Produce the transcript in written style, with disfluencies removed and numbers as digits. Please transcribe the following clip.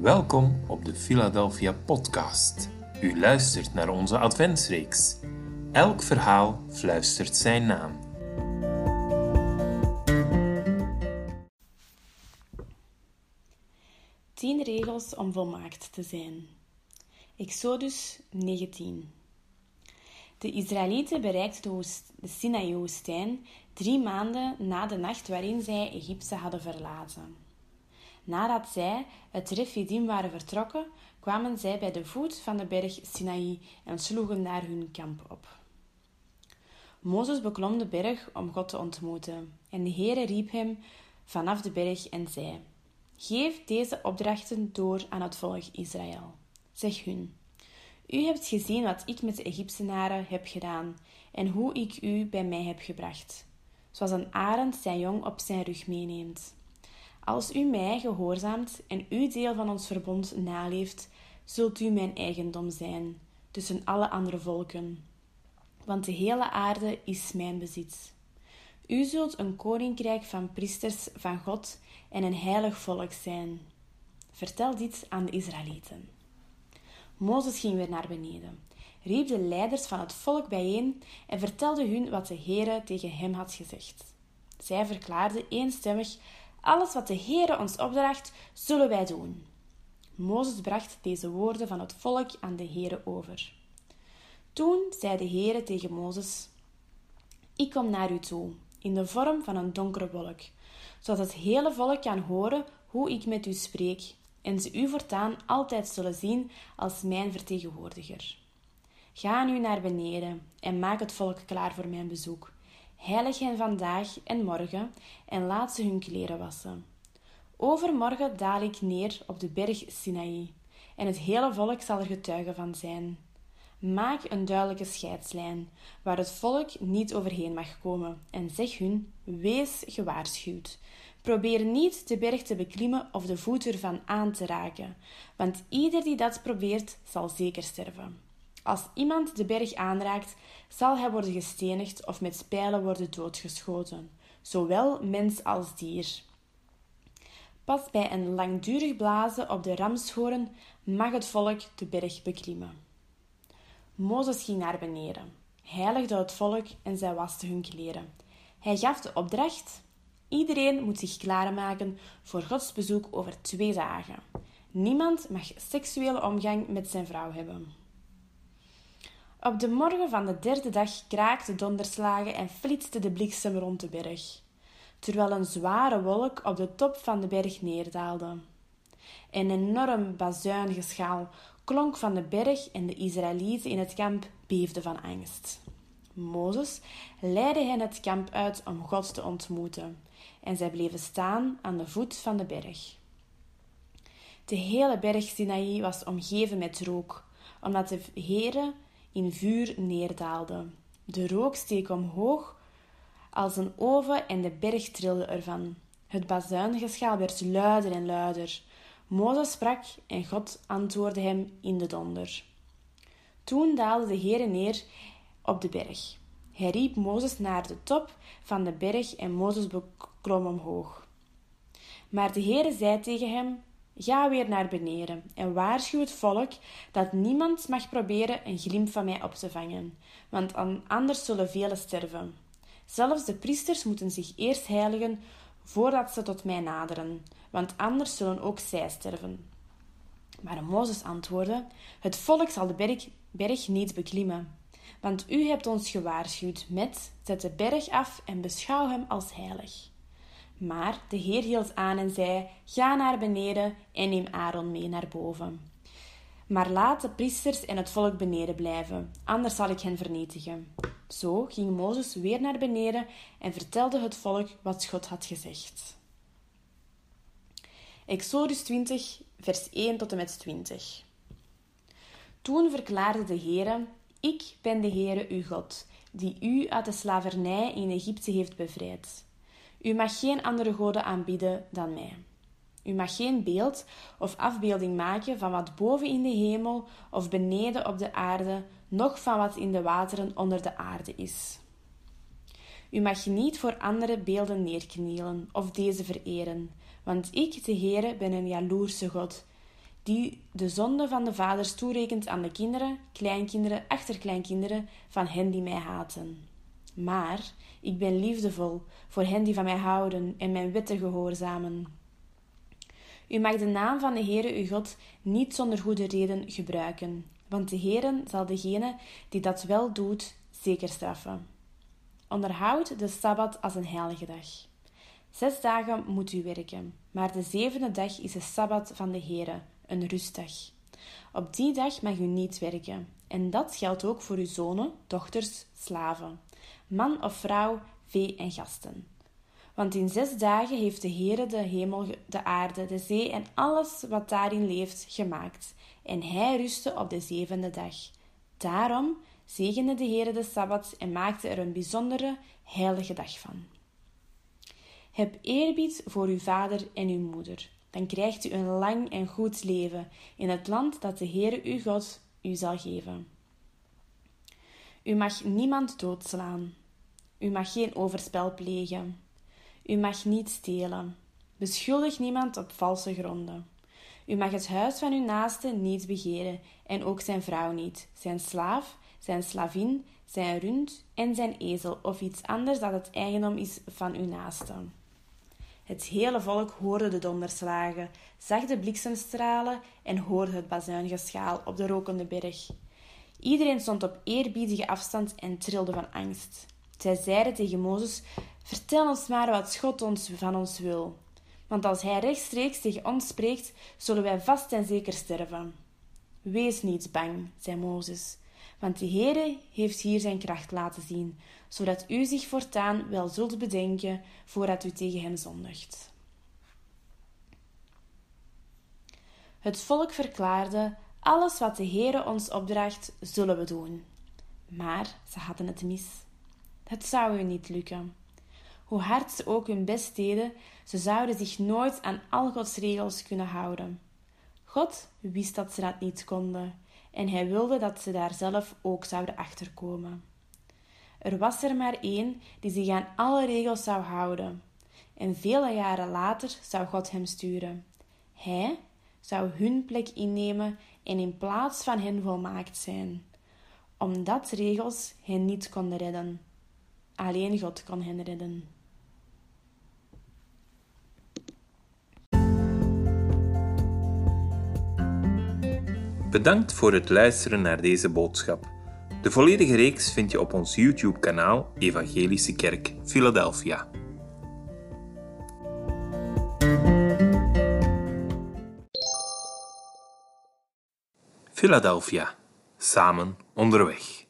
Welkom op de Philadelphia podcast. U luistert naar onze adventsreeks. Elk verhaal fluistert zijn naam. Tien regels om volmaakt te zijn. Exodus 19. De Israëlieten bereikten de Sinaï-woestijn 3 maanden na de nacht waarin zij Egypte hadden verlaten. Nadat zij uit Refidim waren vertrokken, kwamen zij bij de voet van de berg Sinaï en sloegen daar hun kamp op. Mozes beklom de berg om God te ontmoeten, en de Heere riep hem vanaf de berg en zei: Geef deze opdrachten door aan het volk Israël. Zeg hun: U hebt gezien wat ik met de Egyptenaren heb gedaan en hoe ik u bij mij heb gebracht, zoals een arend zijn jong op zijn rug meeneemt. Als u mij gehoorzaamt en uw deel van ons verbond naleeft, zult u mijn eigendom zijn tussen alle andere volken, want de hele aarde is mijn bezit. U zult een koninkrijk van priesters van God en een heilig volk zijn. Vertel dit aan de Israëlieten. Mozes ging weer naar beneden, riep de leiders van het volk bijeen en vertelde hun wat de Heere tegen hem had gezegd. Zij verklaarden eenstemmig: Alles wat de Heere ons opdraagt, zullen wij doen. Mozes bracht deze woorden van het volk aan de Heere over. Toen zei de Heere tegen Mozes: Ik kom naar u toe, in de vorm van een donkere wolk, zodat het hele volk kan horen hoe ik met u spreek, en ze u voortaan altijd zullen zien als mijn vertegenwoordiger. Ga nu naar beneden en maak het volk klaar voor mijn bezoek. Heilig hen vandaag en morgen en laat ze hun kleren wassen. Overmorgen daal ik neer op de berg Sinaï en het hele volk zal er getuige van zijn. Maak een duidelijke scheidslijn waar het volk niet overheen mag komen en zeg hun: Wees gewaarschuwd. Probeer niet de berg te beklimmen of de voet ervan aan te raken, want ieder die dat probeert zal zeker sterven. Als iemand de berg aanraakt, zal hij worden gestenigd of met pijlen worden doodgeschoten, zowel mens als dier. Pas bij een langdurig blazen op de ramshoorn mag het volk de berg beklimmen. Mozes ging naar beneden, heiligde het volk en zij waste hun kleren. Hij gaf de opdracht: Iedereen moet zich klaarmaken voor Gods bezoek over 2 dagen. Niemand mag seksuele omgang met zijn vrouw hebben. Op de morgen van de 3e dag kraakten donderslagen en flitste de bliksem rond de berg, terwijl een zware wolk op de top van de berg neerdaalde. Een enorm bazuingeschaal klonk van de berg en de Israëlieten in het kamp beefden van angst. Mozes leidde hen het kamp uit om God te ontmoeten, en zij bleven staan aan de voet van de berg. De hele berg Sinaï was omgeven met rook, omdat de Heere in vuur neerdaalde. De rook steeg omhoog als een oven en de berg trilde ervan. Het bazuingeschaal werd luider en luider. Mozes sprak en God antwoordde hem in de donder. Toen daalde de Heere neer op de berg. Hij riep Mozes naar de top van de berg en Mozes beklom omhoog. Maar de Heere zei tegen hem: Ga weer naar beneden en waarschuw het volk dat niemand mag proberen een glimp van mij op te vangen, want anders zullen velen sterven. Zelfs de priesters moeten zich eerst heiligen voordat ze tot mij naderen, want anders zullen ook zij sterven. Maar Mozes antwoordde: Het volk zal de berg niet beklimmen, want u hebt ons gewaarschuwd met: Zet de berg af en beschouw hem als heilig. Maar de Heer hield aan en zei: Ga naar beneden en neem Aaron mee naar boven. Maar laat de priesters en het volk beneden blijven, anders zal ik hen vernietigen. Zo ging Mozes weer naar beneden en vertelde het volk wat God had gezegd. Exodus 20, vers 1 tot en met 20. Toen verklaarde de Heere: Ik ben de Heere uw God, die u uit de slavernij in Egypte heeft bevrijd. U mag geen andere goden aanbidden dan mij. U mag geen beeld of afbeelding maken van wat boven in de hemel of beneden op de aarde, noch van wat in de wateren onder de aarde is. U mag niet voor andere beelden neerknielen of deze vereren, want ik, de Heere, ben een jaloerse God, die de zonde van de vaders toerekent aan de kinderen, kleinkinderen, achterkleinkinderen van hen die mij haten. Maar ik ben liefdevol voor hen die van mij houden en mijn wetten gehoorzamen. U mag de naam van de Heere uw God niet zonder goede reden gebruiken, want de Heere zal degene die dat wel doet, zeker straffen. Onderhoud de Sabbat als een heilige dag. 6 dagen moet u werken, maar de 7e dag is de Sabbat van de Heere, een rustdag. Op die dag mag u niet werken, en dat geldt ook voor uw zonen, dochters, slaven, man of vrouw, vee en gasten. Want in 6 dagen heeft de Heere de hemel, de aarde, de zee en alles wat daarin leeft gemaakt, en hij rustte op de 7e dag. Daarom zegende de Heere de Sabbat en maakte er een bijzondere, heilige dag van. Heb eerbied voor uw vader en uw moeder. Dan krijgt u een lang en goed leven in het land dat de Heere uw God u zal geven. U mag niemand doodslaan. U mag geen overspel plegen. U mag niet stelen. Beschuldig niemand op valse gronden. U mag het huis van uw naaste niet begeren en ook zijn vrouw niet, zijn slaaf, zijn slavin, zijn rund en zijn ezel of iets anders dat het eigendom is van uw naaste. Het hele volk hoorde de donderslagen, zag de bliksemstralen en hoorde het bazuingeschaal op de rokende berg. Iedereen stond op eerbiedige afstand en trilde van angst. Zij zeiden tegen Mozes: vertel ons maar wat God van ons wil. Want als hij rechtstreeks tegen ons spreekt, zullen wij vast en zeker sterven. Wees niet bang, zei Mozes, want de Heere heeft hier zijn kracht laten zien, zodat u zich voortaan wel zult bedenken voordat u tegen hem zondigt. Het volk verklaarde: alles wat de Heere ons opdraagt, zullen we doen. Maar ze hadden het mis. Het zou hun niet lukken. Hoe hard ze ook hun best deden, ze zouden zich nooit aan al Gods regels kunnen houden. God wist dat ze dat niet konden en hij wilde dat ze daar zelf ook zouden achterkomen. Er was er maar één die zich aan alle regels zou houden. En vele jaren later zou God hem sturen. Hij zou hun plek innemen en in plaats van hen volmaakt zijn. Omdat regels hen niet konden redden. Alleen God kon hen redden. Bedankt voor het luisteren naar deze boodschap. De volledige reeks vind je op ons YouTube-kanaal Evangelische Kerk Philadelphia. Philadelphia, samen onderweg.